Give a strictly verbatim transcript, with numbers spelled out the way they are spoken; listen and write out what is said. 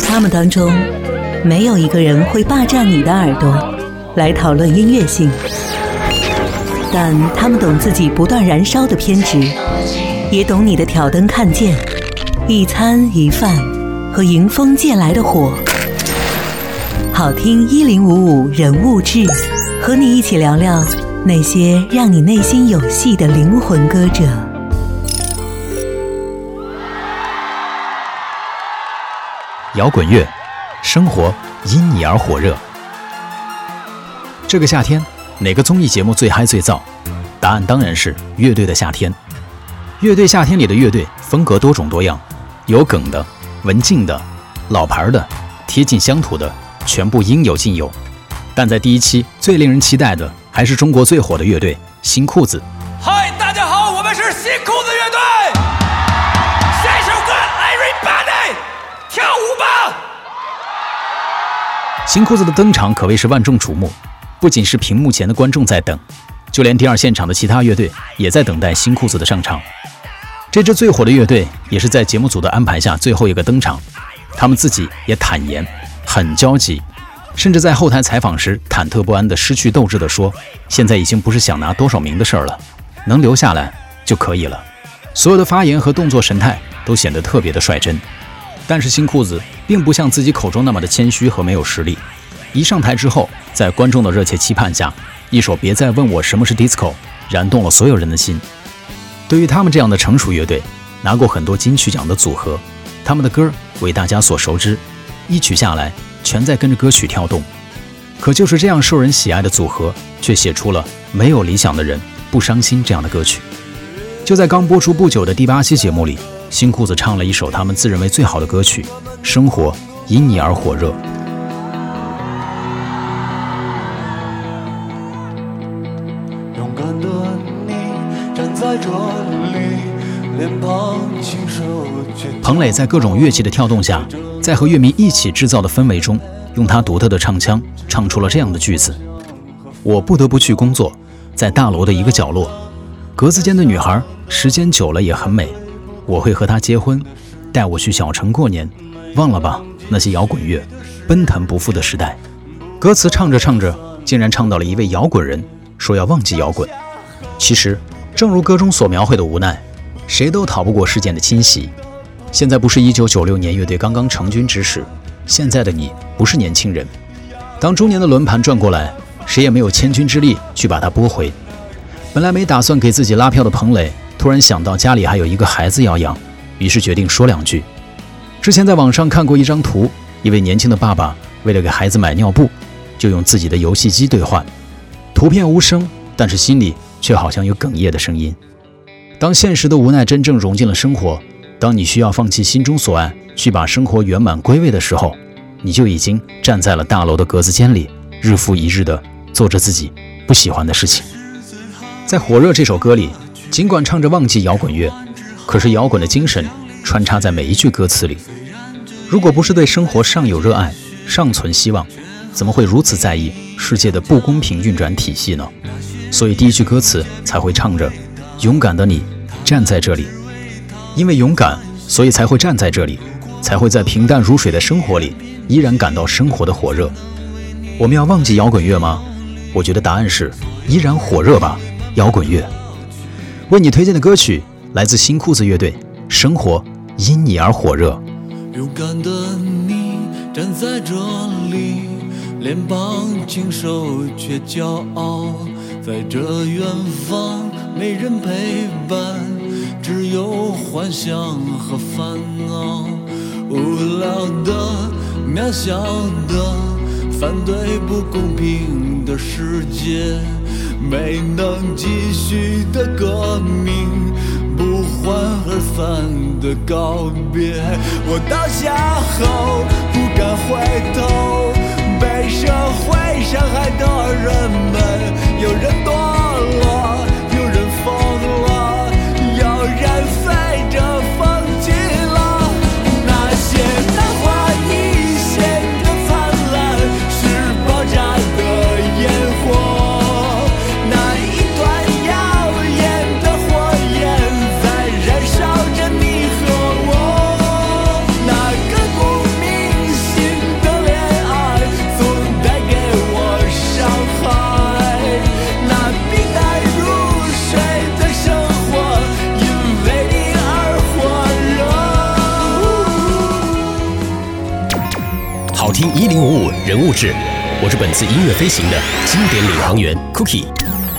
他们当中，没有一个人会霸占你的耳朵来讨论音乐性，但他们懂自己不断燃烧的偏执，也懂你的挑灯看剑，一餐一饭和迎风借来的火。好听一零五五人物志，和你一起聊聊那些让你内心有戏的灵魂歌者。 摇滚乐，生活因你而火热。这个夏天，哪个综艺节目最嗨最燥？答案当然是乐队的夏天。乐队夏天里的乐队风格多种多样，有梗的、文静的、老牌的、贴近乡土的，全部应有尽有。但在第一期最令人期待的，还是中国最火的乐队新裤子。 嗨，大家好，我们是新裤子乐队。下一首歌 ，Everybody， 跳舞吧！ 新裤子的登场可谓是万众瞩目，不仅是屏幕前的观众在等，就连第二现场的其他乐队也在等待新裤子的上场。这支最火的乐队也是在节目组的安排下最后一个登场，他们自己也坦言很焦急，甚至在后台采访时忐忑不安地失去斗志地说，现在已经不是想拿多少名的事儿了，能留下来就可以了。所有的发言和动作神态都显得特别的率真。但是新裤子并不像自己口中那么的谦虚和没有实力，一上台之后，在观众的热切期盼下，一首别再问我什么是 disco 燃动了所有人的心。对于他们这样的成熟乐队，拿过很多金曲奖的组合，他们的歌为大家所熟知，一曲下来全在跟着歌曲跳动。可就是这样受人喜爱的组合，却写出了没有理想的人不伤心这样的歌曲。就在刚播出不久的第八期节目里，新裤子唱了一首他们自认为最好的歌曲《生活因你而火热》。 勇敢的你站在这里，脸庞清瘦却彭磊在各种乐器的跳动下，在和乐迷一起制造的氛围中，用他独特的唱腔唱出了这样的句子：我不得不去工作，在大楼的一个角落，格子间的女孩时间久了也很美，我会和她结婚，带我去小城过年，忘了吧那些摇滚乐奔腾不复的时代。歌词唱着唱着，竟然唱到了一位摇滚人说要忘记摇滚。其实正如歌中所描绘的无奈，谁都逃不过事件的侵袭。现在不是一九九六年乐队刚刚成军之时，现在的你不是年轻人。当中年的轮盘转过来，谁也没有千钧之力去把它拨回。本来没打算给自己拉票的彭磊，突然想到家里还有一个孩子要养，于是决定说两句。之前在网上看过一张图，一位年轻的爸爸为了给孩子买尿布，就用自己的游戏机兑换。图片无声，但是心里却好像有哽咽的声音。当现实的无奈真正融进了生活，当你需要放弃心中所爱，去把生活圆满归位的时候，你就已经站在了大楼的格子间里，日复一日地做着自己不喜欢的事情。在《火热》这首歌里，尽管唱着忘记摇滚乐，可是摇滚的精神穿插在每一句歌词里。如果不是对生活尚有热爱，尚存希望，怎么会如此在意世界的不公平运转体系呢？所以第一句歌词才会唱着勇敢的你站在这里，因为勇敢，所以才会站在这里，才会在平淡如水的生活里依然感到生活的火热。我们要忘记摇滚乐吗？我觉得答案是依然火热吧，摇滚乐。为你推荐的歌曲来自新裤子乐队，生活因你而火热。 勇敢的你站在这里，脸庞清瘦却骄傲，在这远方没人陪伴，只有幻想和烦恼，无聊的渺小的反对不公平的世界，没能继续的革命，不欢而散的告别。我倒下后不敢回头，被社会伤害的人们，有人堕落，有人疯了，有人飞着放弃了。那些昙花一现的灿烂，是爆炸的烟火，那一段耀眼的火焰在燃烧着你和我。那个不明听一零五五人物志，我是本次音乐飞行的经典领航员 Cookie。